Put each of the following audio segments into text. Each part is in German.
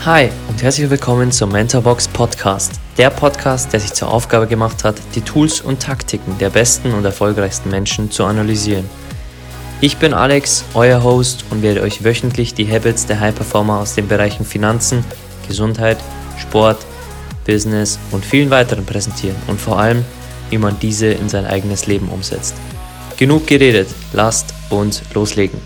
Hi und herzlich willkommen zum Mentorbox Podcast, der Podcast, der sich zur Aufgabe gemacht hat, die Tools und Taktiken der besten und erfolgreichsten Menschen zu analysieren. Ich bin Alex, euer Host und werde euch wöchentlich die Habits der High-Performer aus den Bereichen Finanzen, Gesundheit, Sport, Business und vielen weiteren präsentieren und vor allem, wie man diese in sein eigenes Leben umsetzt. Genug geredet, lasst uns loslegen.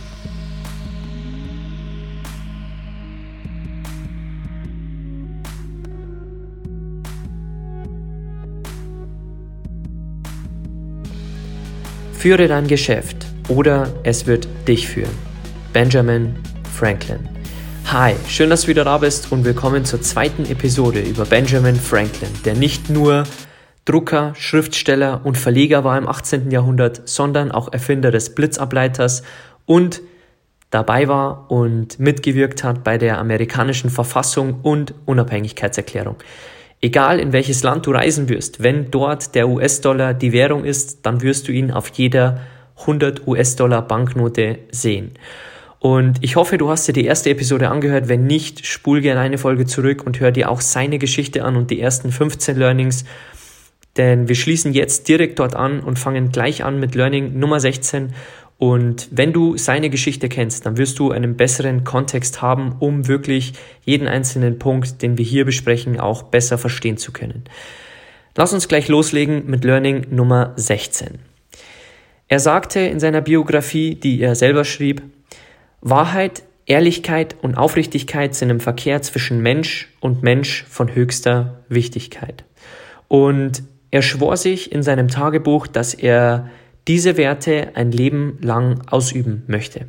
Führe dein Geschäft oder es wird dich führen. Benjamin Franklin. Hi, schön, dass du wieder da bist und willkommen zur zweiten Episode über Benjamin Franklin, der nicht nur Drucker, Schriftsteller und Verleger war im 18. Jahrhundert, sondern auch Erfinder des Blitzableiters und dabei war und mitgewirkt hat bei der amerikanischen Verfassung und Unabhängigkeitserklärung. Egal in welches Land du reisen wirst, wenn dort der US-Dollar die Währung ist, dann wirst du ihn auf jeder 100 US-Dollar Banknote sehen. Und ich hoffe, du hast dir die erste Episode angehört. Wenn nicht, spul gerne eine Folge zurück und hör dir auch seine Geschichte an und die ersten 15 Learnings. Denn wir schließen jetzt direkt dort an und fangen gleich an mit Learning Nummer 16. Und wenn du seine Geschichte kennst, dann wirst du einen besseren Kontext haben, um wirklich jeden einzelnen Punkt, den wir hier besprechen, auch besser verstehen zu können. Lass uns gleich loslegen mit Learning Nummer 16. Er sagte in seiner Biografie, die er selber schrieb, Wahrheit, Ehrlichkeit und Aufrichtigkeit sind im Verkehr zwischen Mensch und Mensch von höchster Wichtigkeit. Und er schwor sich in seinem Tagebuch, dass er diese Werte ein Leben lang ausüben möchte.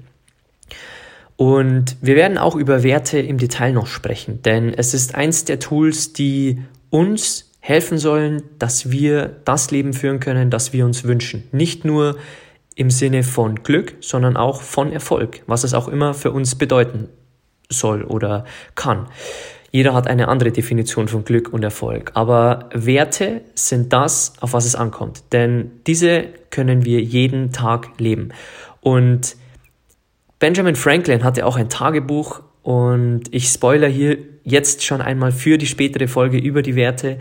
Und wir werden auch über Werte im Detail noch sprechen, denn es ist eins der Tools, die uns helfen sollen, dass wir das Leben führen können, das wir uns wünschen. Nicht nur im Sinne von Glück, sondern auch von Erfolg, was es auch immer für uns bedeuten soll oder kann. Jeder hat eine andere Definition von Glück und Erfolg, aber Werte sind das, auf was es ankommt, denn diese können wir jeden Tag leben. Und Benjamin Franklin hatte auch ein Tagebuch und ich spoilere hier jetzt schon einmal für die spätere Folge über die Werte.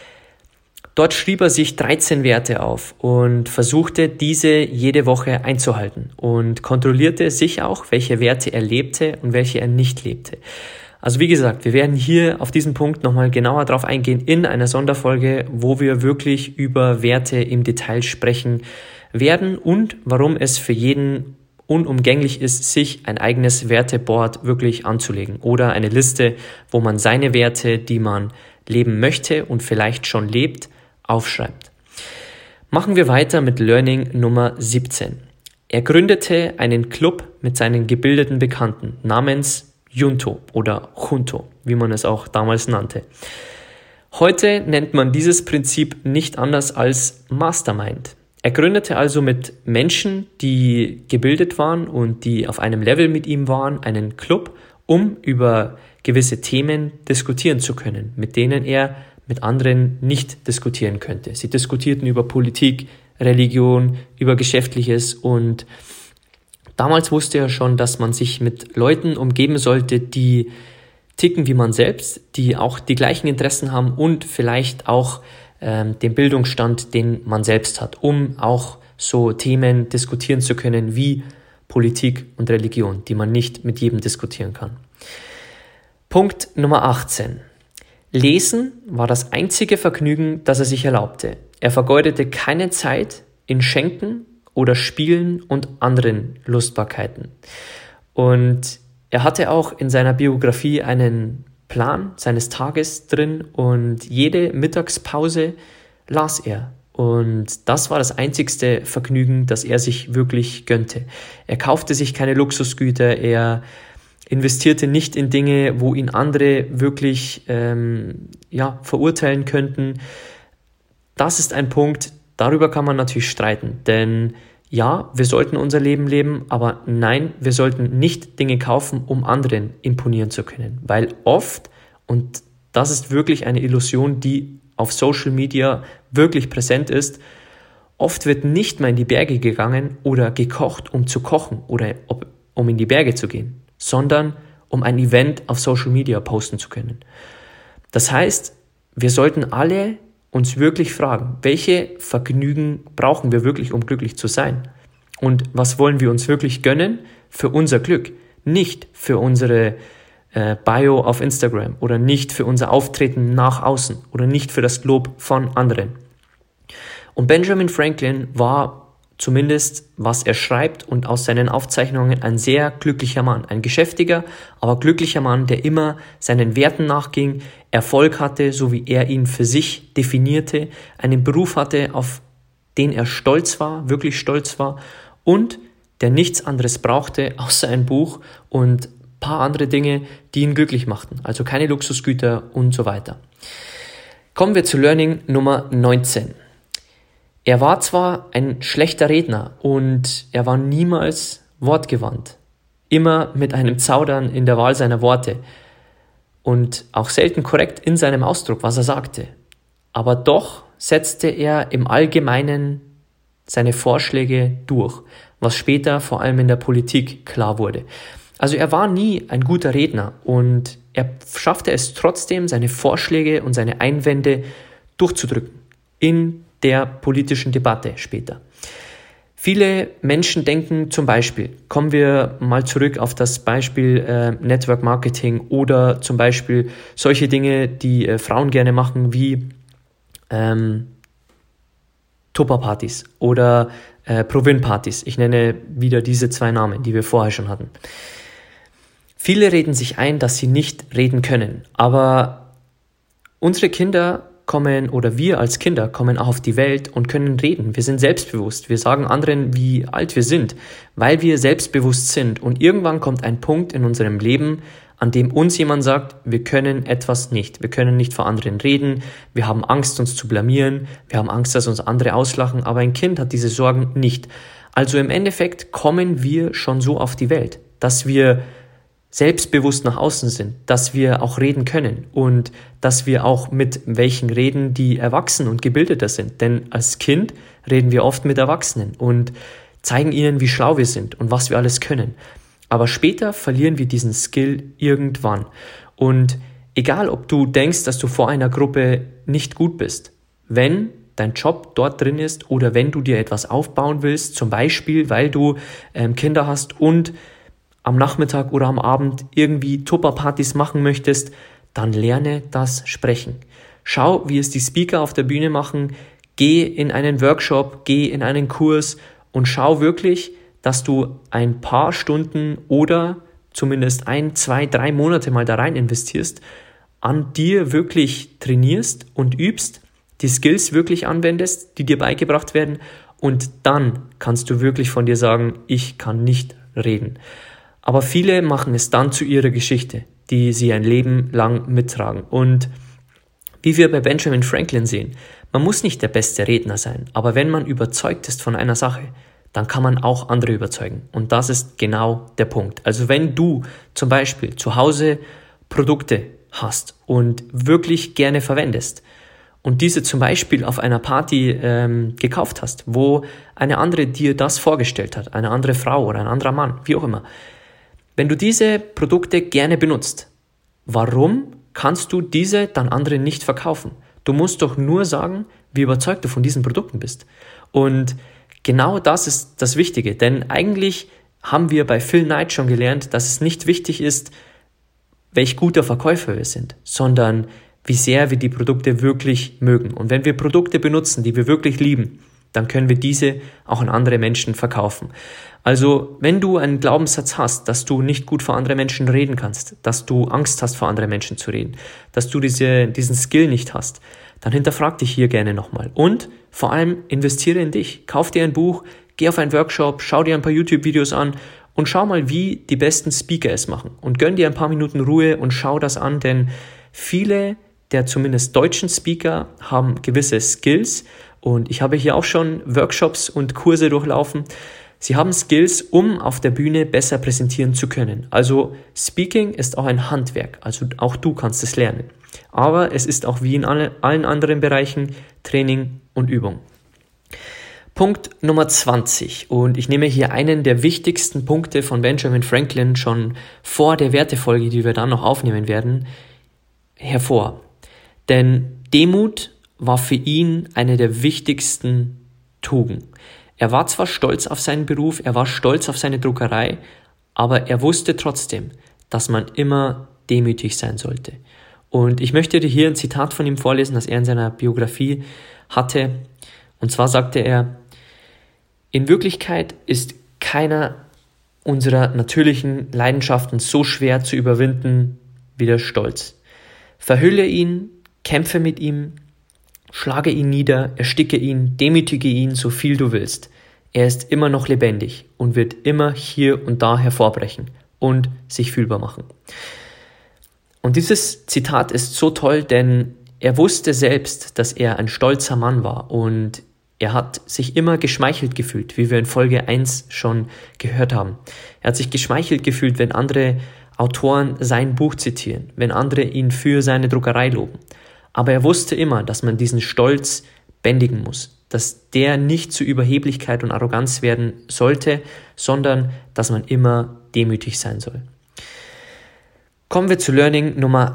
Dort schrieb er sich 13 Werte auf und versuchte, diese jede Woche einzuhalten und kontrollierte sich auch, welche Werte er lebte und welche er nicht lebte. Also wie gesagt, wir werden hier auf diesen Punkt nochmal genauer drauf eingehen in einer Sonderfolge, wo wir wirklich über Werte im Detail sprechen werden und warum es für jeden unumgänglich ist, sich ein eigenes Werteboard wirklich anzulegen oder eine Liste, wo man seine Werte, die man leben möchte und vielleicht schon lebt, aufschreibt. Machen wir weiter mit Learning Nummer 17. Er gründete einen Club mit seinen gebildeten Bekannten namens Junto oder Junto, wie man es auch damals nannte. Heute nennt man dieses Prinzip nicht anders als Mastermind. Er gründete also mit Menschen, die gebildet waren und die auf einem Level mit ihm waren, einen Club, um über gewisse Themen diskutieren zu können, mit denen er mit anderen nicht diskutieren könnte. Sie diskutierten über Politik, Religion, über Geschäftliches und damals wusste er schon, dass man sich mit Leuten umgeben sollte, die ticken wie man selbst, die auch die gleichen Interessen haben und vielleicht auch den Bildungsstand, den man selbst hat, um auch so Themen diskutieren zu können wie Politik und Religion, die man nicht mit jedem diskutieren kann. Punkt Nummer 18. Lesen war das einzige Vergnügen, das er sich erlaubte. Er vergeudete keine Zeit in Schenken oder Spielen und anderen Lustbarkeiten. Und er hatte auch in seiner Biografie einen Plan seines Tages drin und jede Mittagspause las er. Und das war das einzigste Vergnügen, das er sich wirklich gönnte. Er kaufte sich keine Luxusgüter, er investierte nicht in Dinge, wo ihn andere wirklich verurteilen könnten. Das ist ein Punkt, darüber kann man natürlich streiten, denn ja, wir sollten unser Leben leben, aber nein, wir sollten nicht Dinge kaufen, um anderen imponieren zu können, weil oft, und das ist wirklich eine Illusion, die auf Social Media wirklich präsent ist, oft wird nicht mal in die Berge gegangen oder gekocht, um zu kochen oder um in die Berge zu gehen, sondern um ein Event auf Social Media posten zu können. Das heißt, wir sollten alle uns wirklich fragen, welche Vergnügen brauchen wir wirklich, um glücklich zu sein? Und was wollen wir uns wirklich gönnen für unser Glück? Nicht für unsere Bio auf Instagram oder nicht für unser Auftreten nach außen oder nicht für das Lob von anderen. Und Benjamin Franklin war zumindest, was er schreibt und aus seinen Aufzeichnungen, ein sehr glücklicher Mann. Ein geschäftiger, aber glücklicher Mann, der immer seinen Werten nachging, Erfolg hatte, so wie er ihn für sich definierte, einen Beruf hatte, auf den er stolz war, wirklich stolz war und der nichts anderes brauchte, außer ein Buch und ein paar andere Dinge, die ihn glücklich machten. Also keine Luxusgüter und so weiter. Kommen wir zu Learning Nummer 19. Er war zwar ein schlechter Redner und er war niemals wortgewandt, immer mit einem Zaudern in der Wahl seiner Worte und auch selten korrekt in seinem Ausdruck, was er sagte. Aber doch setzte er im Allgemeinen seine Vorschläge durch, was später vor allem in der Politik klar wurde. Also er war nie ein guter Redner und er schaffte es trotzdem, seine Vorschläge und seine Einwände durchzudrücken in der politischen Debatte später. Viele Menschen denken zum Beispiel, kommen wir mal zurück auf das Beispiel Network Marketing oder zum Beispiel solche Dinge, die Frauen gerne machen, wie Tupperpartys oder Provin-Partys. Ich nenne wieder diese 2 Namen, die wir vorher schon hatten. Viele reden sich ein, dass sie nicht reden können, aber unsere Kinder kommen oder wir als Kinder kommen auch auf die Welt und können reden. Wir sind selbstbewusst. Wir sagen anderen, wie alt wir sind, weil wir selbstbewusst sind. Und irgendwann kommt ein Punkt in unserem Leben, an dem uns jemand sagt, wir können etwas nicht. Wir können nicht vor anderen reden. Wir haben Angst, uns zu blamieren. Wir haben Angst, dass uns andere auslachen. Aber ein Kind hat diese Sorgen nicht. Also im Endeffekt kommen wir schon so auf die Welt, dass wir selbstbewusst nach außen sind, dass wir auch reden können und dass wir auch mit welchen reden, die erwachsen und gebildeter sind. Denn als Kind reden wir oft mit Erwachsenen und zeigen ihnen, wie schlau wir sind und was wir alles können. Aber später verlieren wir diesen Skill irgendwann. Und egal, ob du denkst, dass du vor einer Gruppe nicht gut bist, wenn dein Job dort drin ist oder wenn du dir etwas aufbauen willst, zum Beispiel, weil du Kinder hast und am Nachmittag oder am Abend irgendwie Tupperpartys machen möchtest, dann lerne das Sprechen. Schau, wie es die Speaker auf der Bühne machen, geh in einen Workshop, geh in einen Kurs und schau wirklich, dass du ein paar Stunden oder zumindest 1, 2, 3 Monate mal da rein investierst, an dir wirklich trainierst und übst, die Skills wirklich anwendest, die dir beigebracht werden und dann kannst du wirklich von dir sagen, ich kann nicht reden. Aber viele machen es dann zu ihrer Geschichte, die sie ein Leben lang mittragen. Und wie wir bei Benjamin Franklin sehen, man muss nicht der beste Redner sein, aber wenn man überzeugt ist von einer Sache, dann kann man auch andere überzeugen. Und das ist genau der Punkt. Also wenn du zum Beispiel zu Hause Produkte hast und wirklich gerne verwendest und diese zum Beispiel auf einer Party gekauft hast, wo eine andere dir das vorgestellt hat, eine andere Frau oder ein anderer Mann, wie auch immer, wenn du diese Produkte gerne benutzt, warum kannst du diese dann anderen nicht verkaufen? Du musst doch nur sagen, wie überzeugt du von diesen Produkten bist. Und genau das ist das Wichtige, denn eigentlich haben wir bei Phil Knight schon gelernt, dass es nicht wichtig ist, welch guter Verkäufer wir sind, sondern wie sehr wir die Produkte wirklich mögen. Und wenn wir Produkte benutzen, die wir wirklich lieben, dann können wir diese auch an andere Menschen verkaufen. Also, wenn du einen Glaubenssatz hast, dass du nicht gut vor anderen Menschen reden kannst, dass du Angst hast, vor anderen Menschen zu reden, dass du diesen Skill nicht hast, dann hinterfrag dich hier gerne nochmal. Und vor allem investiere in dich. Kauf dir ein Buch, geh auf einen Workshop, schau dir ein paar YouTube-Videos an und schau mal, wie die besten Speaker es machen. Und gönn dir ein paar Minuten Ruhe und schau das an, denn viele der zumindest deutschen Speaker haben gewisse Skills und ich habe hier auch schon Workshops und Kurse durchlaufen. Sie haben Skills, um auf der Bühne besser präsentieren zu können. Also Speaking ist auch ein Handwerk, also auch du kannst es lernen. Aber es ist auch wie in allen anderen Bereichen Training und Übung. Punkt Nummer 20, und ich nehme hier einen der wichtigsten Punkte von Benjamin Franklin schon vor der Wertefolge, die wir dann noch aufnehmen werden, hervor. Denn Demut war für ihn eine der wichtigsten Tugenden. Er war zwar stolz auf seinen Beruf, er war stolz auf seine Druckerei, aber er wusste trotzdem, dass man immer demütig sein sollte. Und ich möchte dir hier ein Zitat von ihm vorlesen, das er in seiner Biografie hatte. Und zwar sagte er: In Wirklichkeit ist keiner unserer natürlichen Leidenschaften so schwer zu überwinden wie der Stolz. Verhülle ihn, kämpfe mit ihm, schlage ihn nieder, ersticke ihn, demütige ihn, so viel du willst. Er ist immer noch lebendig und wird immer hier und da hervorbrechen und sich fühlbar machen. Und dieses Zitat ist so toll, denn er wusste selbst, dass er ein stolzer Mann war und er hat sich immer geschmeichelt gefühlt, wie wir in Folge 1 schon gehört haben. Er hat sich geschmeichelt gefühlt, wenn andere Autoren sein Buch zitieren, wenn andere ihn für seine Druckerei loben. Aber er wusste immer, dass man diesen Stolz bändigen muss, dass der nicht zu Überheblichkeit und Arroganz werden sollte, sondern dass man immer demütig sein soll. Kommen wir zu Learning Nummer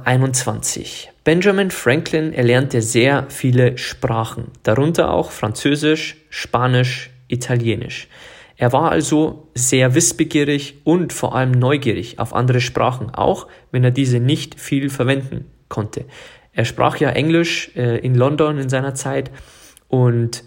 21. Benjamin Franklin erlernte sehr viele Sprachen, darunter auch Französisch, Spanisch, Italienisch. Er war also sehr wissbegierig und vor allem neugierig auf andere Sprachen, auch wenn er diese nicht viel verwenden konnte. Er sprach ja Englisch in London in seiner Zeit und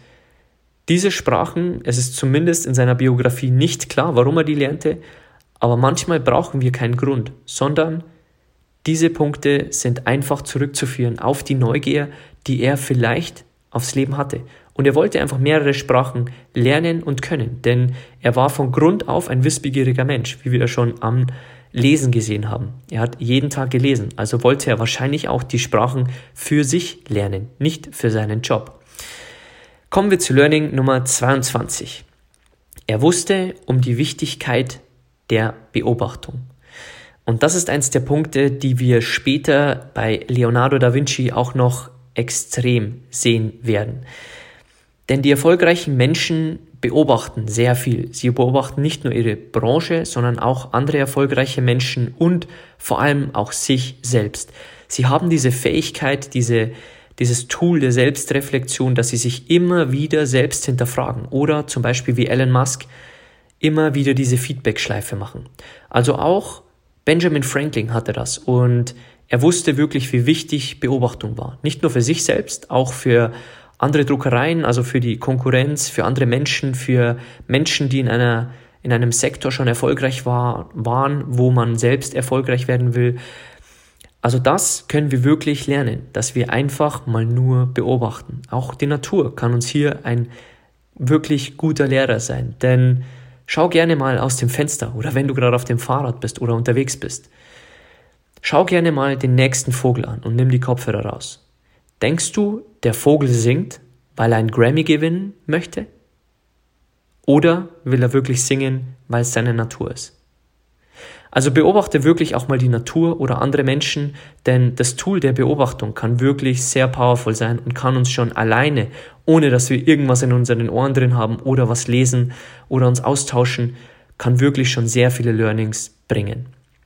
diese Sprachen, es ist zumindest in seiner Biografie nicht klar, warum er die lernte, aber manchmal brauchen wir keinen Grund, sondern diese Punkte sind einfach zurückzuführen auf die Neugier, die er vielleicht aufs Leben hatte. Und er wollte einfach mehrere Sprachen lernen und können, denn er war von Grund auf ein wissbegieriger Mensch, wie wir schon am Lesen gesehen haben. Er hat jeden Tag gelesen, also wollte er wahrscheinlich auch die Sprachen für sich lernen, nicht für seinen Job. Kommen wir zu Learning Nummer 22. Er wusste um die Wichtigkeit der Beobachtung. Und das ist eins der Punkte, die wir später bei Leonardo da Vinci auch noch extrem sehen werden. Denn die erfolgreichen Menschen beobachten sehr viel. Sie beobachten nicht nur ihre Branche, sondern auch andere erfolgreiche Menschen und vor allem auch sich selbst. Sie haben diese Fähigkeit, dieses Tool der Selbstreflexion, dass sie sich immer wieder selbst hinterfragen oder zum Beispiel wie Elon Musk immer wieder diese Feedback-Schleife machen. Also auch Benjamin Franklin hatte das und er wusste wirklich, wie wichtig Beobachtung war. Nicht nur für sich selbst, auch für andere Druckereien, also für die Konkurrenz, für andere Menschen, für Menschen, die in einem Sektor schon erfolgreich waren, wo man selbst erfolgreich werden will. Also das können wir wirklich lernen, dass wir einfach mal nur beobachten. Auch die Natur kann uns hier ein wirklich guter Lehrer sein, denn schau gerne mal aus dem Fenster oder wenn du gerade auf dem Fahrrad bist oder unterwegs bist. Schau gerne mal den nächsten Vogel an und nimm die Kopfhörer raus. Denkst du, der Vogel singt, weil er einen Grammy gewinnen möchte? Oder will er wirklich singen, weil es seine Natur ist? Also beobachte wirklich auch mal die Natur oder andere Menschen, denn das Tool der Beobachtung kann wirklich sehr powerful sein und kann uns schon alleine, ohne dass wir irgendwas in unseren Ohren drin haben oder was lesen oder uns austauschen, kann wirklich schon sehr viele Learnings bringen.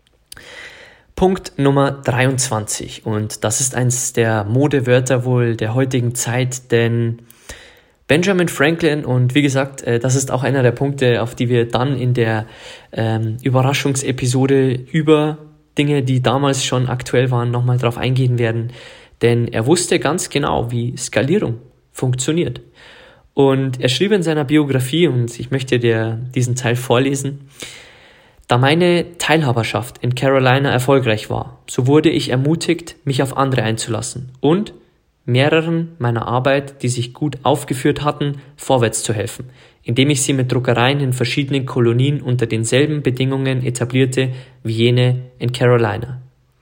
Punkt Nummer 23 und das ist eins der Modewörter wohl der heutigen Zeit, denn Benjamin Franklin und wie gesagt, das ist auch einer der Punkte, auf die wir dann in der Überraschungsepisode über Dinge, die damals schon aktuell waren, nochmal drauf eingehen werden, denn er wusste ganz genau, wie Skalierung funktioniert. Und er schrieb in seiner Biografie, und ich möchte dir diesen Teil vorlesen: Da meine Teilhaberschaft in Carolina erfolgreich war, so wurde ich ermutigt, mich auf andere einzulassen und mehreren meiner Arbeit, die sich gut aufgeführt hatten, vorwärts zu helfen, indem ich sie mit Druckereien in verschiedenen Kolonien unter denselben Bedingungen etablierte wie jene in Carolina.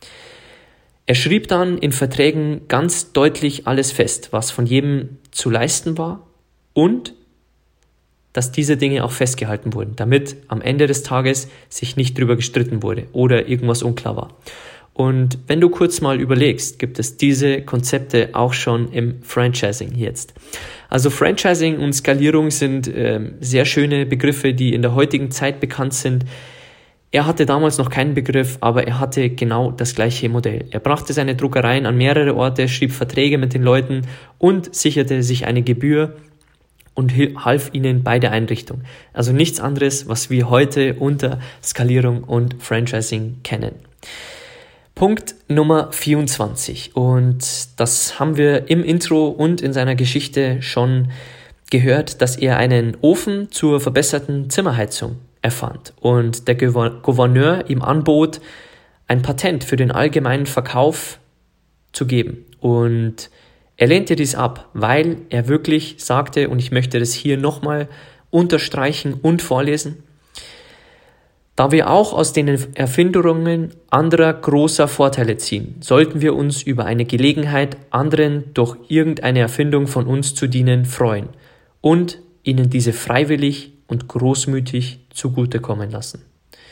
Er schrieb dann in Verträgen ganz deutlich alles fest, was von jedem zu leisten war und dass diese Dinge auch festgehalten wurden, damit am Ende des Tages sich nicht drüber gestritten wurde oder irgendwas unklar war. Und wenn du kurz mal überlegst, gibt es diese Konzepte auch schon im Franchising jetzt. Also Franchising und Skalierung sind sehr schöne Begriffe, die in der heutigen Zeit bekannt sind. Er hatte damals noch keinen Begriff, aber er hatte genau das gleiche Modell. Er brachte seine Druckereien an mehrere Orte, schrieb Verträge mit den Leuten und sicherte sich eine Gebühr und half ihnen bei der Einrichtung. Also nichts anderes, was wir heute unter Skalierung und Franchising kennen. Punkt Nummer 24, und das haben wir im Intro und in seiner Geschichte schon gehört, dass er einen Ofen zur verbesserten Zimmerheizung erfand und der Gouverneur ihm anbot, ein Patent für den allgemeinen Verkauf zu geben. Und er lehnte dies ab, weil er wirklich sagte, und ich möchte das hier nochmal unterstreichen und vorlesen: Da wir auch aus den Erfindungen anderer großer Vorteile ziehen, sollten wir uns über eine Gelegenheit, anderen durch irgendeine Erfindung von uns zu dienen, freuen und ihnen diese freiwillig und großmütig zugutekommen lassen.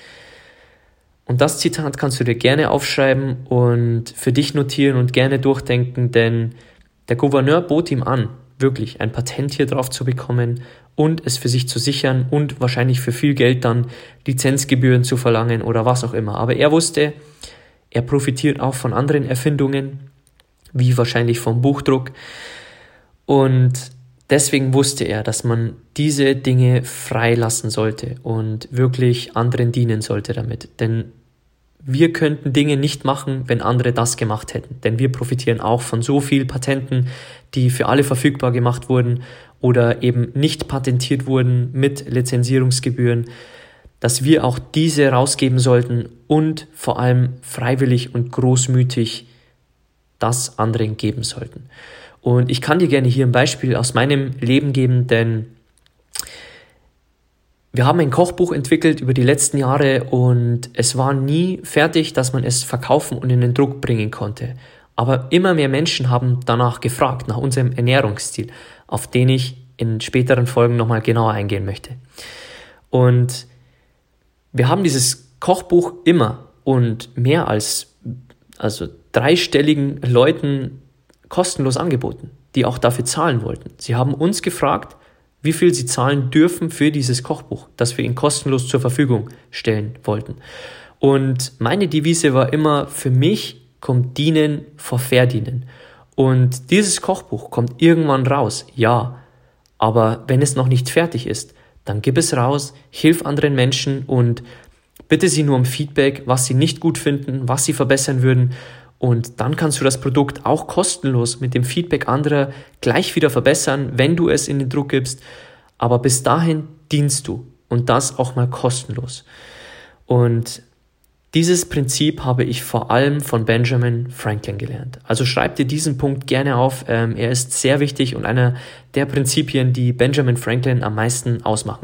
Und das Zitat kannst du dir gerne aufschreiben und für dich notieren und gerne durchdenken, denn der Gouverneur bot ihm an, wirklich ein Patent hier drauf zu bekommen und es für sich zu sichern und wahrscheinlich für viel Geld dann Lizenzgebühren zu verlangen oder was auch immer. Aber er wusste, er profitiert auch von anderen Erfindungen, wie wahrscheinlich vom Buchdruck. Und deswegen wusste er, dass man diese Dinge freilassen sollte und wirklich anderen dienen sollte damit. Denn wir könnten Dinge nicht machen, wenn andere das gemacht hätten. Denn wir profitieren auch von so vielen Patenten, die für alle verfügbar gemacht wurden oder eben nicht patentiert wurden mit Lizenzierungsgebühren, dass wir auch diese rausgeben sollten und vor allem freiwillig und großmütig das anderen geben sollten. Und ich kann dir gerne hier ein Beispiel aus meinem Leben geben, denn wir haben ein Kochbuch entwickelt über die letzten Jahre und es war nie fertig, dass man es verkaufen und in den Druck bringen konnte. Aber immer mehr Menschen haben danach gefragt, nach unserem Ernährungsstil, auf den ich in späteren Folgen nochmal genauer eingehen möchte. Und wir haben dieses Kochbuch immer und mehr als dreistelligen Leuten kostenlos angeboten, die auch dafür zahlen wollten. Sie haben uns gefragt, wie viel sie zahlen dürfen für dieses Kochbuch, das wir ihnen kostenlos zur Verfügung stellen wollten. Und meine Devise war immer, für mich kommt Dienen vor Verdienen. Und dieses Kochbuch kommt irgendwann raus, ja, aber wenn es noch nicht fertig ist, dann gib es raus, hilf anderen Menschen und bitte sie nur um Feedback, was sie nicht gut finden, was sie verbessern würden. Und dann kannst du das Produkt auch kostenlos mit dem Feedback anderer gleich wieder verbessern, wenn du es in den Druck gibst. Aber bis dahin dienst du und das auch mal kostenlos. Und dieses Prinzip habe ich vor allem von Benjamin Franklin gelernt. Also schreib dir diesen Punkt gerne auf. Er ist sehr wichtig und einer der Prinzipien, die Benjamin Franklin am meisten ausmachen.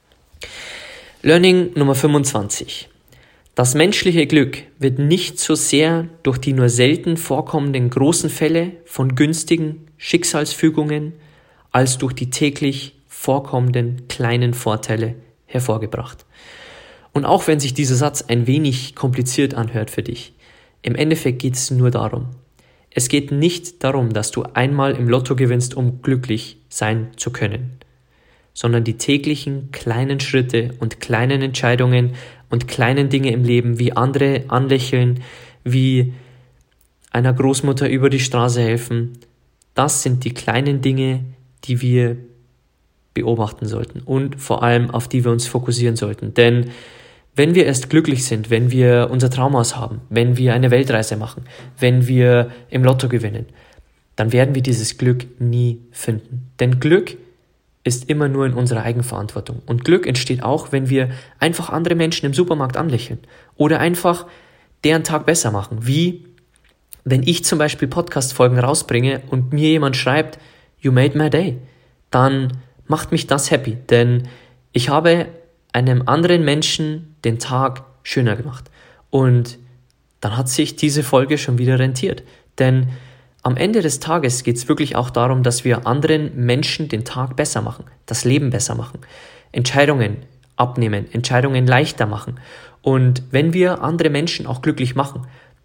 Learning Nummer 25. Das menschliche Glück wird nicht so sehr durch die nur selten vorkommenden großen Fälle von günstigen Schicksalsfügungen als durch die täglich vorkommenden kleinen Vorteile hervorgebracht. Und auch wenn sich dieser Satz ein wenig kompliziert anhört für dich, im Endeffekt geht es nur darum. Es geht nicht darum, dass du einmal im Lotto gewinnst, um glücklich sein zu können, sondern die täglichen kleinen Schritte und kleinen Entscheidungen und kleinen Dinge im Leben, wie andere anlächeln, wie einer Großmutter über die Straße helfen, das sind die kleinen Dinge, die wir beobachten sollten und vor allem auf die wir uns fokussieren sollten. Denn wenn wir erst glücklich sind, wenn wir unser Traumhaus haben, wenn wir eine Weltreise machen, wenn wir im Lotto gewinnen, dann werden wir dieses Glück nie finden. Denn Glück ist immer nur in unserer Eigenverantwortung. Und Glück entsteht auch, wenn wir einfach andere Menschen im Supermarkt anlächeln oder einfach deren Tag besser machen. Wie wenn ich zum Beispiel Podcast-Folgen rausbringe und mir jemand schreibt, "You made my day", dann macht mich das happy, denn ich habe einem anderen Menschen den Tag schöner gemacht. Und dann hat sich diese Folge schon wieder rentiert. Denn am Ende des Tages geht es wirklich auch darum, dass wir anderen Menschen den Tag besser machen, das Leben besser machen, Entscheidungen abnehmen, Entscheidungen leichter machen. Und wenn wir andere Menschen auch glücklich machen,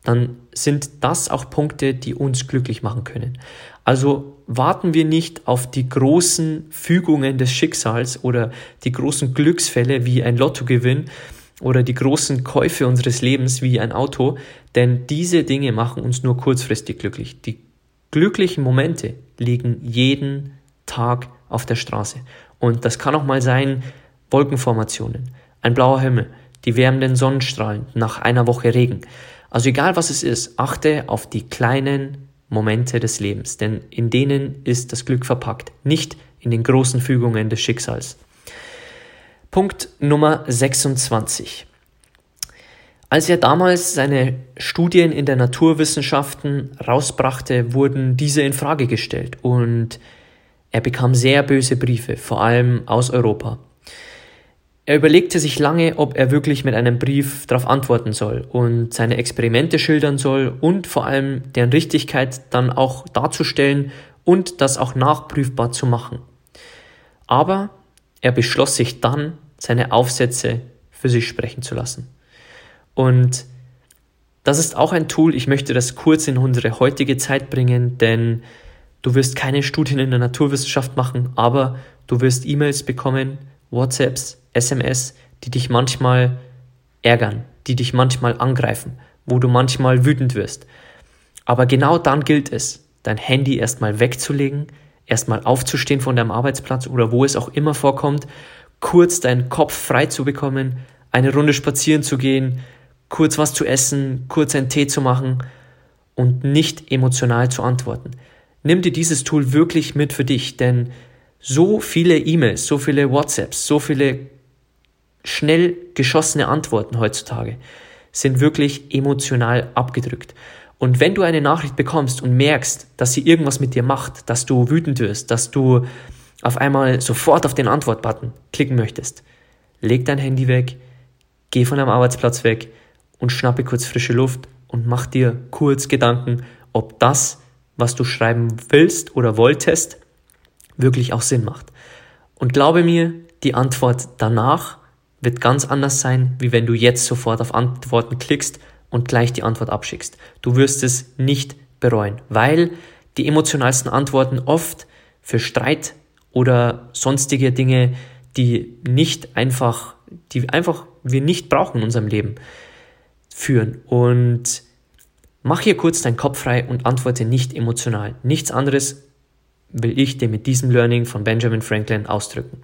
dann sind das auch Punkte, die uns glücklich machen können. Also warten wir nicht auf die großen Fügungen des Schicksals oder die großen Glücksfälle wie ein Lottogewinn oder die großen Käufe unseres Lebens wie ein Auto, denn diese Dinge machen uns nur kurzfristig glücklich. Die glücklichen Momente liegen jeden Tag auf der Straße. Und das kann auch mal sein, Wolkenformationen, ein blauer Himmel, die wärmenden Sonnenstrahlen nach einer Woche Regen. Also egal was es ist, achte auf die kleinen Momente des Lebens, denn in denen ist das Glück verpackt, nicht in den großen Fügungen des Schicksals. Punkt Nummer 26. Als er damals seine Studien in der Naturwissenschaften rausbrachte, wurden diese in Frage gestellt und er bekam sehr böse Briefe, vor allem aus Europa. Er überlegte sich lange, ob er wirklich mit einem Brief darauf antworten soll und seine Experimente schildern soll und vor allem deren Richtigkeit dann auch darzustellen und das auch nachprüfbar zu machen. Aber er beschloss sich dann, seine Aufsätze für sich sprechen zu lassen. Und das ist auch ein Tool, ich möchte das kurz in unsere heutige Zeit bringen, denn du wirst keine Studien in der Naturwissenschaft machen, aber du wirst E-Mails bekommen, WhatsApps, SMS, die dich manchmal ärgern, die dich manchmal angreifen, wo du manchmal wütend wirst. Aber genau dann gilt es, dein Handy erstmal wegzulegen, erstmal aufzustehen von deinem Arbeitsplatz oder wo es auch immer vorkommt, kurz deinen Kopf frei zu bekommen, eine Runde spazieren zu gehen, kurz was zu essen, kurz einen Tee zu machen und nicht emotional zu antworten. Nimm dir dieses Tool wirklich mit für dich, denn so viele E-Mails, so viele WhatsApps, so viele schnell geschossene Antworten heutzutage sind wirklich emotional abgedrückt. Und wenn du eine Nachricht bekommst und merkst, dass sie irgendwas mit dir macht, dass du wütend wirst, dass du auf einmal sofort auf den Antwort-Button klicken möchtest, leg dein Handy weg, geh von deinem Arbeitsplatz weg und schnappe kurz frische Luft und mach dir kurz Gedanken, ob das, was du schreiben willst oder wolltest, wirklich auch Sinn macht. Und glaube mir, die Antwort danach wird ganz anders sein, wie wenn du jetzt sofort auf Antworten klickst und gleich die Antwort abschickst. Du wirst es nicht bereuen, weil die emotionalsten Antworten oft für Streit oder sonstige Dinge, die einfach wir nicht brauchen in unserem Leben, führen. Und mach hier kurz deinen Kopf frei und antworte nicht emotional. Nichts anderes will ich dir mit diesem Learning von Benjamin Franklin ausdrücken.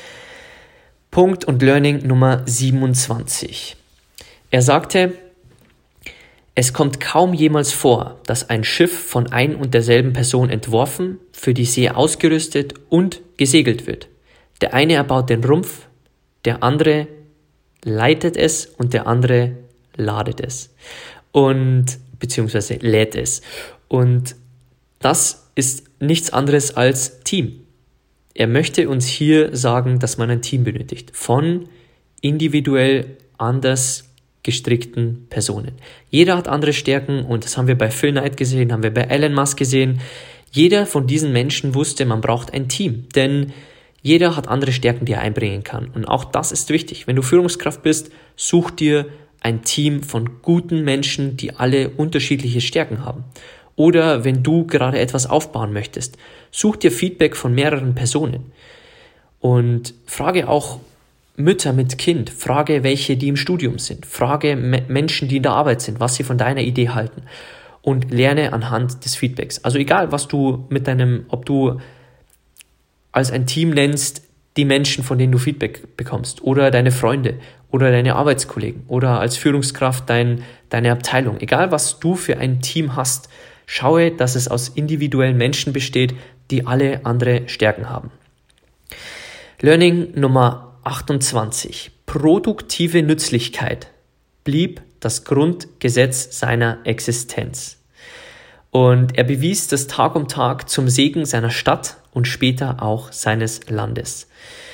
Punkt und Learning Nummer 27. Er sagte, es kommt kaum jemals vor, dass ein Schiff von ein und derselben Person entworfen, für die See ausgerüstet und gesegelt wird. Der eine erbaut den Rumpf, der andere leitet es und der andere ladet es und beziehungsweise lädt es. Und das ist nichts anderes als Team. Er möchte uns hier sagen, dass man ein Team benötigt von individuell anders gestrickten Personen. Jeder hat andere Stärken und das haben wir bei Phil Knight gesehen, haben wir bei Elon Musk gesehen. Jeder von diesen Menschen wusste, man braucht ein Team, denn jeder hat andere Stärken, die er einbringen kann. Und auch das ist wichtig. Wenn du Führungskraft bist, such dir ein Team von guten Menschen, die alle unterschiedliche Stärken haben. Oder wenn du gerade etwas aufbauen möchtest, such dir Feedback von mehreren Personen und frage auch Mütter mit Kind, frage welche, die im Studium sind, frage Menschen, die in der Arbeit sind, was sie von deiner Idee halten und lerne anhand des Feedbacks. Also egal, was du ob du als ein Team nennst, die Menschen, von denen du Feedback bekommst oder deine Freunde oder deine Arbeitskollegen oder als Führungskraft deine Abteilung. Egal, was du für ein Team hast, schaue, dass es aus individuellen Menschen besteht, die alle andere Stärken haben. Learning Nummer 28. Produktive Nützlichkeit blieb das Grundgesetz seiner Existenz. Und er bewies das Tag um Tag zum Segen seiner Stadt und später auch seines Landes.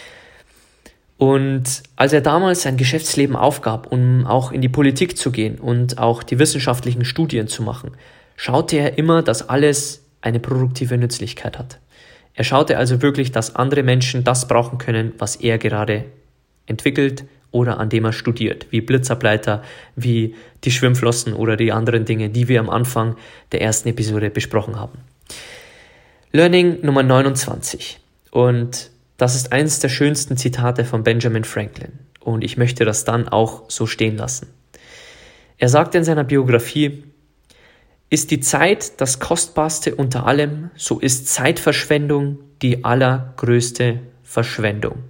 Und als er damals sein Geschäftsleben aufgab, um auch in die Politik zu gehen und auch die wissenschaftlichen Studien zu machen, schaute er immer, dass alles eine produktive Nützlichkeit hat. Er schaute also wirklich, dass andere Menschen das brauchen können, was er gerade entwickelt oder an dem er studiert, wie Blitzableiter, wie die Schwimmflossen oder die anderen Dinge, die wir am Anfang der ersten Episode besprochen haben. Learning Nummer 29. Und das ist eines der schönsten Zitate von Benjamin Franklin. Und ich möchte das dann auch so stehen lassen. Er sagt in seiner Biografie: Ist die Zeit das Kostbarste unter allem, so ist Zeitverschwendung die allergrößte Verschwendung.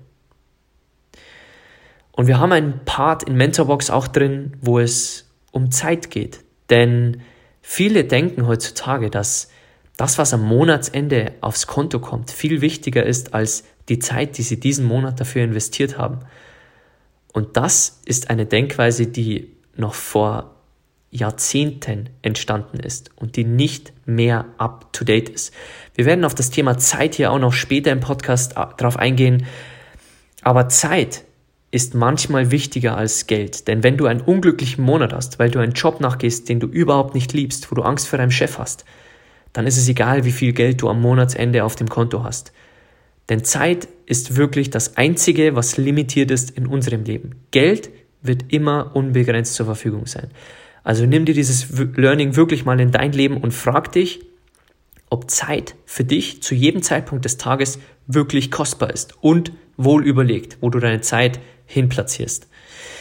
Und wir haben einen Part in Mentorbox auch drin, wo es um Zeit geht. Denn viele denken heutzutage, dass das, was am Monatsende aufs Konto kommt, viel wichtiger ist als die Zeit, die sie diesen Monat dafür investiert haben. Und das ist eine Denkweise, die noch vor Jahrzehnten entstanden ist und die nicht mehr up-to-date ist. Wir werden auf das Thema Zeit hier auch noch später im Podcast drauf eingehen, aber Zeit ist manchmal wichtiger als Geld, denn wenn du einen unglücklichen Monat hast, weil du einen Job nachgehst, den du überhaupt nicht liebst, wo du Angst vor deinem Chef hast, dann ist es egal, wie viel Geld du am Monatsende auf dem Konto hast. Denn Zeit ist wirklich das Einzige, was limitiert ist in unserem Leben. Geld wird immer unbegrenzt zur Verfügung sein. Also nimm dir dieses Learning wirklich mal in dein Leben und frag dich, ob Zeit für dich zu jedem Zeitpunkt des Tages wirklich kostbar ist und wohl überlegt, wo du deine Zeit hinplatzierst.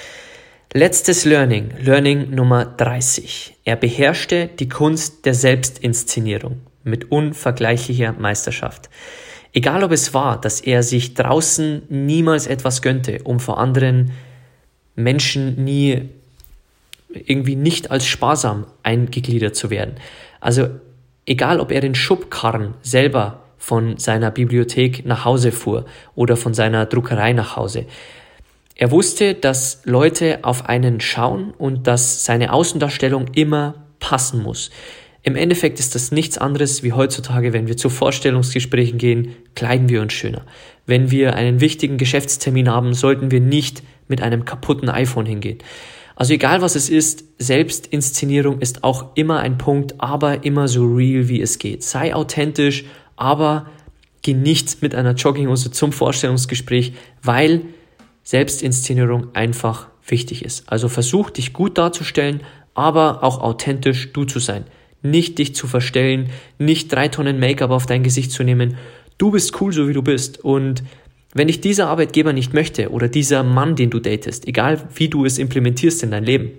Letztes Learning, Learning Nummer 30. Er beherrschte die Kunst der Selbstinszenierung mit unvergleichlicher Meisterschaft. Egal ob es war, dass er sich draußen niemals etwas gönnte, um vor anderen Menschen nie irgendwie nicht als sparsam eingegliedert zu werden. Also egal, ob er den Schubkarren selber von seiner Bibliothek nach Hause fuhr oder von seiner Druckerei nach Hause. Er wusste, dass Leute auf einen schauen und dass seine Außendarstellung immer passen muss. Im Endeffekt ist das nichts anderes wie heutzutage, wenn wir zu Vorstellungsgesprächen gehen, kleiden wir uns schöner. Wenn wir einen wichtigen Geschäftstermin haben, sollten wir nicht mit einem kaputten iPhone hingehen. Also egal was es ist, Selbstinszenierung ist auch immer ein Punkt, aber immer so real wie es geht. Sei authentisch, aber geh nicht mit einer Jogginghose zum Vorstellungsgespräch, weil Selbstinszenierung einfach wichtig ist. Also versuch dich gut darzustellen, aber auch authentisch du zu sein. Nicht dich zu verstellen, nicht 3 Tonnen Make-up auf dein Gesicht zu nehmen. Du bist cool, so wie du bist. Und wenn dich dieser Arbeitgeber nicht möchte oder dieser Mann, den du datest, egal wie du es implementierst in dein Leben,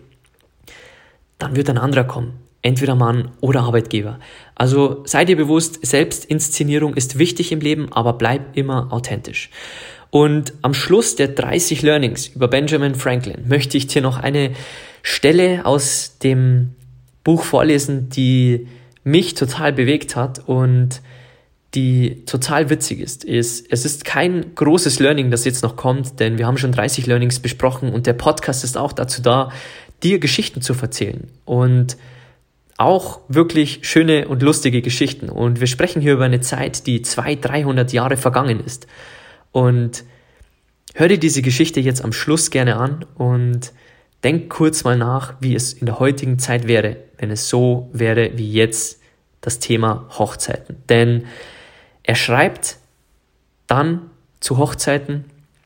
dann wird ein anderer kommen. Entweder Mann oder Arbeitgeber. Also sei dir bewusst, Selbstinszenierung ist wichtig im Leben, aber bleib immer authentisch. Und am Schluss der 30 Learnings über Benjamin Franklin möchte ich dir noch eine Stelle aus dem Buch vorlesen, die mich total bewegt hat und die total witzig ist. Es ist kein großes Learning, das jetzt noch kommt, denn wir haben schon 30 Learnings besprochen und der Podcast ist auch dazu da, dir Geschichten zu erzählen und auch wirklich schöne und lustige Geschichten. Und wir sprechen hier über eine Zeit, die 200-300 Jahre vergangen ist. Und hör dir diese Geschichte jetzt am Schluss gerne an und denk kurz mal nach, wie es in der heutigen Zeit wäre, wenn es so wäre wie jetzt das Thema Hochzeiten. Denn er schreibt dann zu Hochzeiten: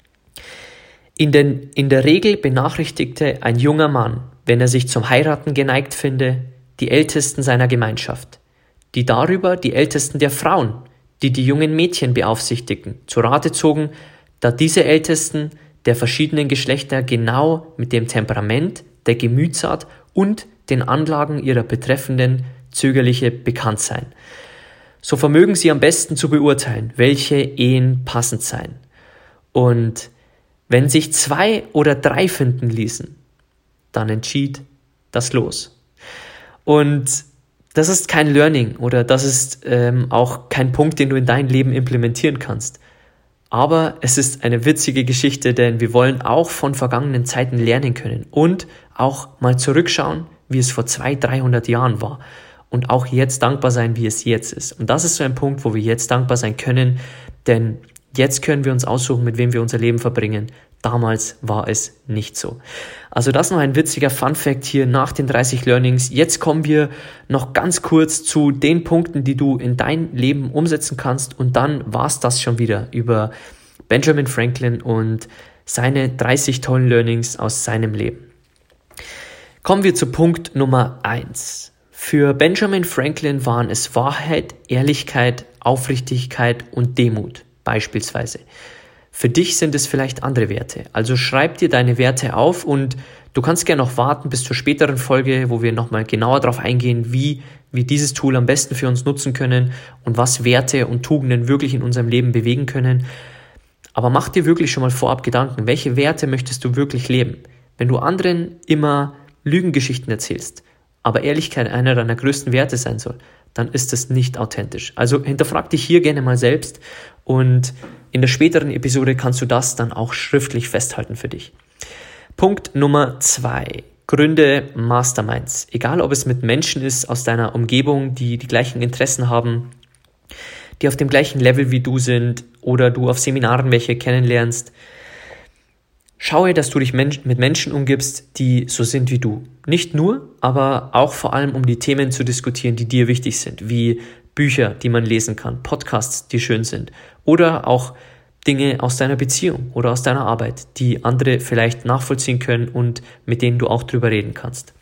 In der Regel benachrichtigte ein junger Mann, wenn er sich zum Heiraten geneigt finde, die Ältesten seiner Gemeinschaft, die darüber die Ältesten der Frauen, die die jungen Mädchen beaufsichtigten, zu Rate zogen, da diese Ältesten der verschiedenen Geschlechter genau mit dem Temperament, der Gemütsart und den Anlagen ihrer betreffenden Zögerliche bekannt seien. So vermögen sie am besten zu beurteilen, welche Ehen passend seien. Und wenn sich 2 oder 3 finden ließen, dann entschied das Los. Und das ist kein Learning oder das ist auch kein Punkt, den du in dein Leben implementieren kannst. Aber es ist eine witzige Geschichte, denn wir wollen auch von vergangenen Zeiten lernen können und auch mal zurückschauen, wie es vor 200-300 Jahren war und auch jetzt dankbar sein, wie es jetzt ist. Und das ist so ein Punkt, wo wir jetzt dankbar sein können, denn jetzt können wir uns aussuchen, mit wem wir unser Leben verbringen. Damals war es nicht so. Also das noch ein witziger Funfact hier nach den 30 Learnings. Jetzt kommen wir noch ganz kurz zu den Punkten, die du in dein Leben umsetzen kannst. Und dann war's das schon wieder über Benjamin Franklin und seine 30 tollen Learnings aus seinem Leben. Kommen wir zu Punkt Nummer 1. Für Benjamin Franklin waren es Wahrheit, Ehrlichkeit, Aufrichtigkeit und Demut beispielsweise. Für dich sind es vielleicht andere Werte. Also schreib dir deine Werte auf und du kannst gerne noch warten bis zur späteren Folge, wo wir nochmal genauer darauf eingehen, wie wir dieses Tool am besten für uns nutzen können und was Werte und Tugenden wirklich in unserem Leben bewegen können. Aber mach dir wirklich schon mal vorab Gedanken, welche Werte möchtest du wirklich leben? Wenn du anderen immer Lügengeschichten erzählst, aber Ehrlichkeit einer deiner größten Werte sein soll, dann ist das nicht authentisch. Also hinterfrag dich hier gerne mal selbst und in der späteren Episode kannst du das dann auch schriftlich festhalten für dich. Punkt Nummer 2. Gründe Masterminds. Egal, ob es mit Menschen ist aus deiner Umgebung, die die gleichen Interessen haben, die auf dem gleichen Level wie du sind oder du auf Seminaren welche kennenlernst. Schaue, dass du dich mit Menschen umgibst, die so sind wie du. Nicht nur, aber auch vor allem, um die Themen zu diskutieren, die dir wichtig sind, wie Bücher, die man lesen kann, Podcasts, die schön sind oder auch Dinge aus deiner Beziehung oder aus deiner Arbeit, die andere vielleicht nachvollziehen können und mit denen du auch drüber reden kannst.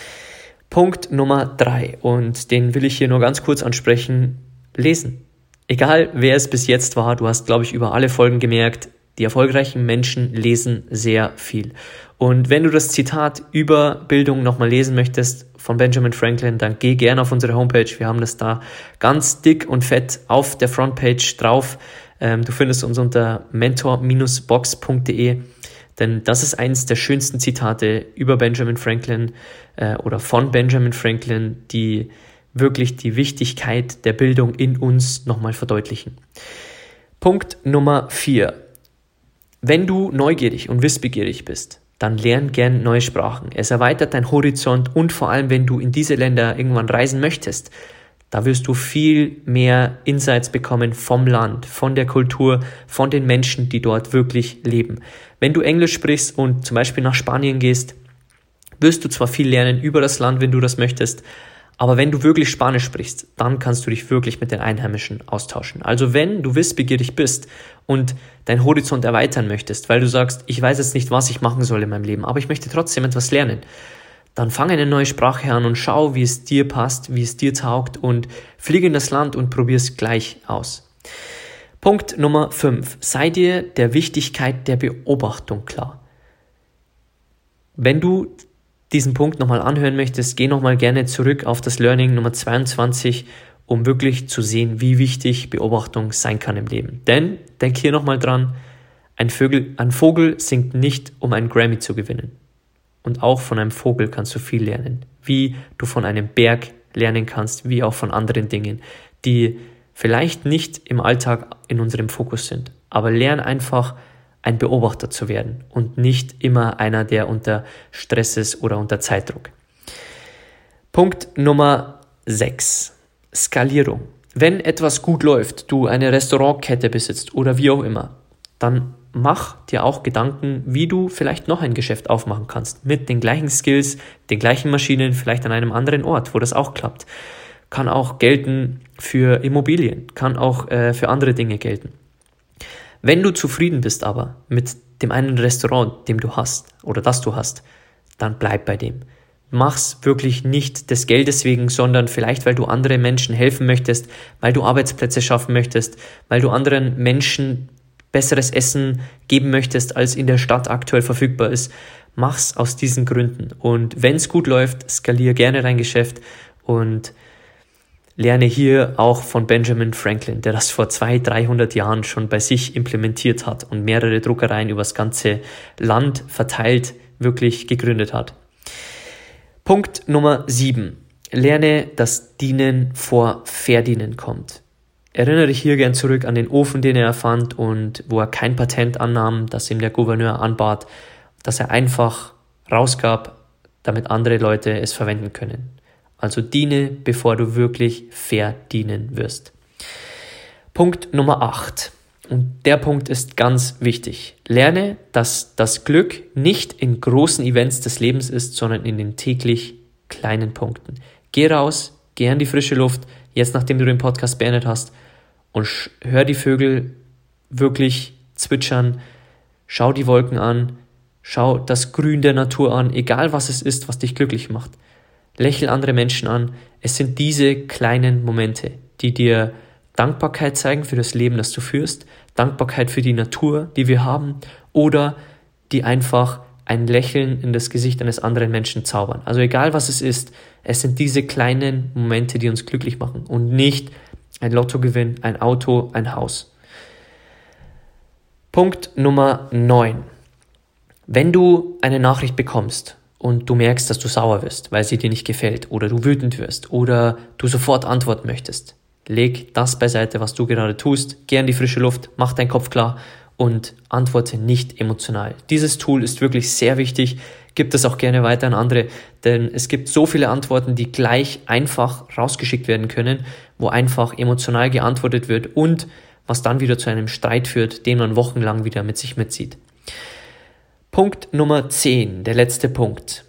Punkt Nummer 3, und den will ich hier nur ganz kurz ansprechen, lesen. Egal, wer es bis jetzt war, du hast, glaube ich, über alle Folgen gemerkt, die erfolgreichen Menschen lesen sehr viel. Und wenn du das Zitat über Bildung nochmal lesen möchtest von Benjamin Franklin, dann geh gerne auf unsere Homepage. Wir haben das da ganz dick und fett auf der Frontpage drauf. Du findest uns unter mentor-box.de, denn das ist eines der schönsten Zitate über Benjamin Franklin oder von Benjamin Franklin, die wirklich die Wichtigkeit der Bildung in uns nochmal verdeutlichen. Punkt Nummer 4. Wenn du neugierig und wissbegierig bist, dann lern gern neue Sprachen. Es erweitert deinen Horizont und vor allem, wenn du in diese Länder irgendwann reisen möchtest, da wirst du viel mehr Insights bekommen vom Land, von der Kultur, von den Menschen, die dort wirklich leben. Wenn du Englisch sprichst und zum Beispiel nach Spanien gehst, wirst du zwar viel lernen über das Land, wenn du das möchtest, aber wenn du wirklich Spanisch sprichst, dann kannst du dich wirklich mit den Einheimischen austauschen. Also wenn du wissbegierig bist und deinen Horizont erweitern möchtest, weil du sagst, ich weiß jetzt nicht, was ich machen soll in meinem Leben, aber ich möchte trotzdem etwas lernen, dann fang eine neue Sprache an und schau, wie es dir passt, wie es dir taugt und fliege in das Land und probier es gleich aus. Punkt Nummer 5. Sei dir der Wichtigkeit der Beobachtung klar. Wenn du diesen Punkt nochmal anhören möchtest, geh nochmal gerne zurück auf das Learning Nummer 22, um wirklich zu sehen, wie wichtig Beobachtung sein kann im Leben. Denn, denk hier nochmal dran, ein Vogel singt nicht, um einen Grammy zu gewinnen. Und auch von einem Vogel kannst du viel lernen. Wie du von einem Berg lernen kannst, wie auch von anderen Dingen, die vielleicht nicht im Alltag in unserem Fokus sind. Aber lern einfach, ein Beobachter zu werden und nicht immer einer, der unter Stress ist oder unter Zeitdruck. Punkt Nummer 6. Skalierung. Wenn etwas gut läuft, du eine Restaurantkette besitzt oder wie auch immer, dann mach dir auch Gedanken, wie du vielleicht noch ein Geschäft aufmachen kannst mit den gleichen Skills, den gleichen Maschinen, vielleicht an einem anderen Ort, wo das auch klappt. Kann auch gelten für Immobilien, kann auch für andere Dinge gelten. Wenn du zufrieden bist aber mit dem einen Restaurant, dem du hast oder das du hast, dann bleib bei dem. Mach's wirklich nicht des Geldes wegen, sondern vielleicht, weil du anderen Menschen helfen möchtest, weil du Arbeitsplätze schaffen möchtest, weil du anderen Menschen besseres Essen geben möchtest, als in der Stadt aktuell verfügbar ist. Mach's aus diesen Gründen. Und wenn es gut läuft, skalier gerne dein Geschäft und lerne hier auch von Benjamin Franklin, der das vor 200-300 Jahren schon bei sich implementiert hat und mehrere Druckereien über das ganze Land verteilt wirklich gegründet hat. Punkt Nummer 7. Lerne, dass Dienen vor Verdienen kommt. Erinnere dich hier gern zurück an den Ofen, den er erfand und wo er kein Patent annahm, das ihm der Gouverneur anbat, dass er einfach rausgab, damit andere Leute es verwenden können. Also diene, bevor du wirklich verdienen wirst. Punkt Nummer 8. Und der Punkt ist ganz wichtig. Lerne, dass das Glück nicht in großen Events des Lebens ist, sondern in den täglich kleinen Punkten. Geh raus, geh in die frische Luft, jetzt nachdem du den Podcast beendet hast, und hör die Vögel wirklich zwitschern. Schau die Wolken an, schau das Grün der Natur an, egal was es ist, was dich glücklich macht. Lächel andere Menschen an. Es sind diese kleinen Momente, die dir Dankbarkeit zeigen für das Leben, das du führst, Dankbarkeit für die Natur, die wir haben, oder die einfach ein Lächeln in das Gesicht eines anderen Menschen zaubern. Also egal was es sind diese kleinen Momente, die uns glücklich machen und nicht ein Lottogewinn, ein Auto, ein Haus. Punkt Nummer 9. Wenn du eine Nachricht bekommst und du merkst, dass du sauer wirst, weil sie dir nicht gefällt, oder du wütend wirst, oder du sofort antworten möchtest, leg das beiseite, was du gerade tust, geh in die frische Luft, mach deinen Kopf klar und antworte nicht emotional. Dieses Tool ist wirklich sehr wichtig, gibt es auch gerne weiter an andere, denn es gibt so viele Antworten, die gleich einfach rausgeschickt werden können, wo einfach emotional geantwortet wird und was dann wieder zu einem Streit führt, den man wochenlang wieder mit sich mitzieht. Punkt Nummer 10, der letzte Punkt.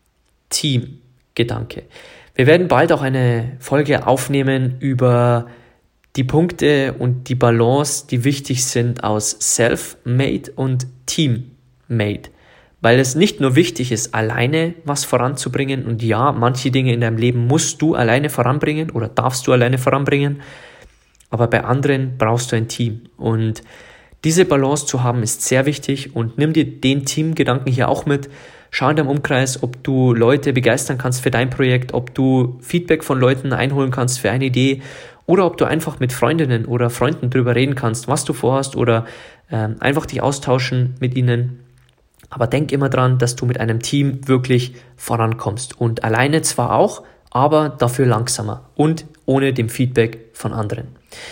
Teamgedanke. Wir werden bald auch eine Folge aufnehmen über die Punkte und die Balance, die wichtig sind aus Self-Made und Team-Made. Weil es nicht nur wichtig ist, alleine was voranzubringen, und ja, manche Dinge in deinem Leben musst du alleine voranbringen oder darfst du alleine voranbringen, aber bei anderen brauchst du ein Team. Und diese Balance zu haben ist sehr wichtig, und nimm dir den Teamgedanken hier auch mit. Schau in deinem Umkreis, ob du Leute begeistern kannst für dein Projekt, ob du Feedback von Leuten einholen kannst für eine Idee, oder ob du einfach mit Freundinnen oder Freunden drüber reden kannst, was du vorhast, oder einfach dich austauschen mit ihnen. Aber denk immer dran, dass du mit einem Team wirklich vorankommst. Und alleine zwar auch, aber dafür langsamer und ohne dem Feedback von anderen.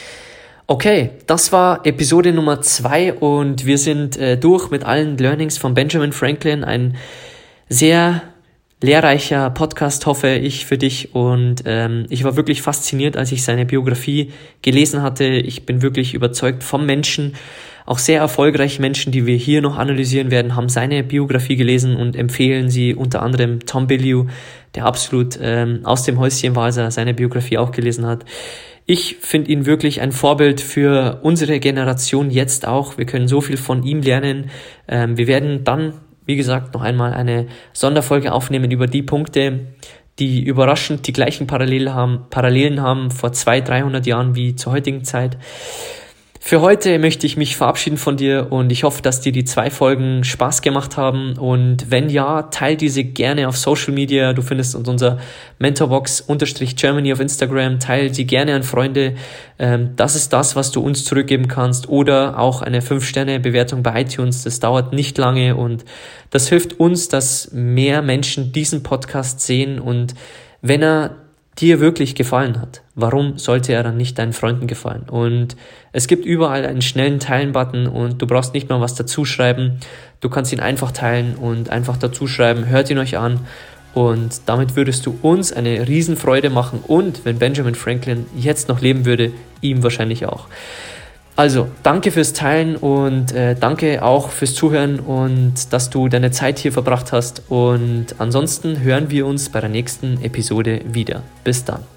Okay, das war Episode Nummer 2 und wir sind durch mit allen Learnings von Benjamin Franklin. Ein sehr lehrreicher Podcast, hoffe ich, für dich, und ich war wirklich fasziniert, als ich seine Biografie gelesen hatte. Ich bin wirklich überzeugt vom Menschen. Auch sehr erfolgreiche Menschen, die wir hier noch analysieren werden, haben seine Biografie gelesen und empfehlen sie, unter anderem Tom Bilyeu, der absolut aus dem Häuschen war, als er seine Biografie auch gelesen hat. Ich finde ihn wirklich ein Vorbild für unsere Generation jetzt auch. Wir können so viel von ihm lernen. Wir werden dann, wie gesagt, noch einmal eine Sonderfolge aufnehmen über die Punkte, die überraschend die gleichen Parallelen haben vor 200-300 Jahren wie zur heutigen Zeit. Für heute möchte ich mich verabschieden von dir, und ich hoffe, dass dir die 2 Folgen Spaß gemacht haben, und wenn ja, teil diese gerne auf Social Media. Du findest uns unser Mentorbox_Germany auf Instagram, teil sie gerne an Freunde. Das ist das, was du uns zurückgeben kannst, oder auch eine 5-Sterne-Bewertung bei iTunes. Das dauert nicht lange und das hilft uns, dass mehr Menschen diesen Podcast sehen, und wenn er dir wirklich gefallen hat, warum sollte er dann nicht deinen Freunden gefallen? Und es gibt überall einen schnellen Teilen-Button, und du brauchst nicht mal was dazu schreiben. Du kannst ihn einfach teilen und einfach dazu schreiben, hört ihn euch an, und damit würdest du uns eine Riesenfreude machen, und wenn Benjamin Franklin jetzt noch leben würde, ihm wahrscheinlich auch. Also, danke fürs Teilen und danke auch fürs Zuhören und dass du deine Zeit hier verbracht hast. Und ansonsten hören wir uns bei der nächsten Episode wieder. Bis dann.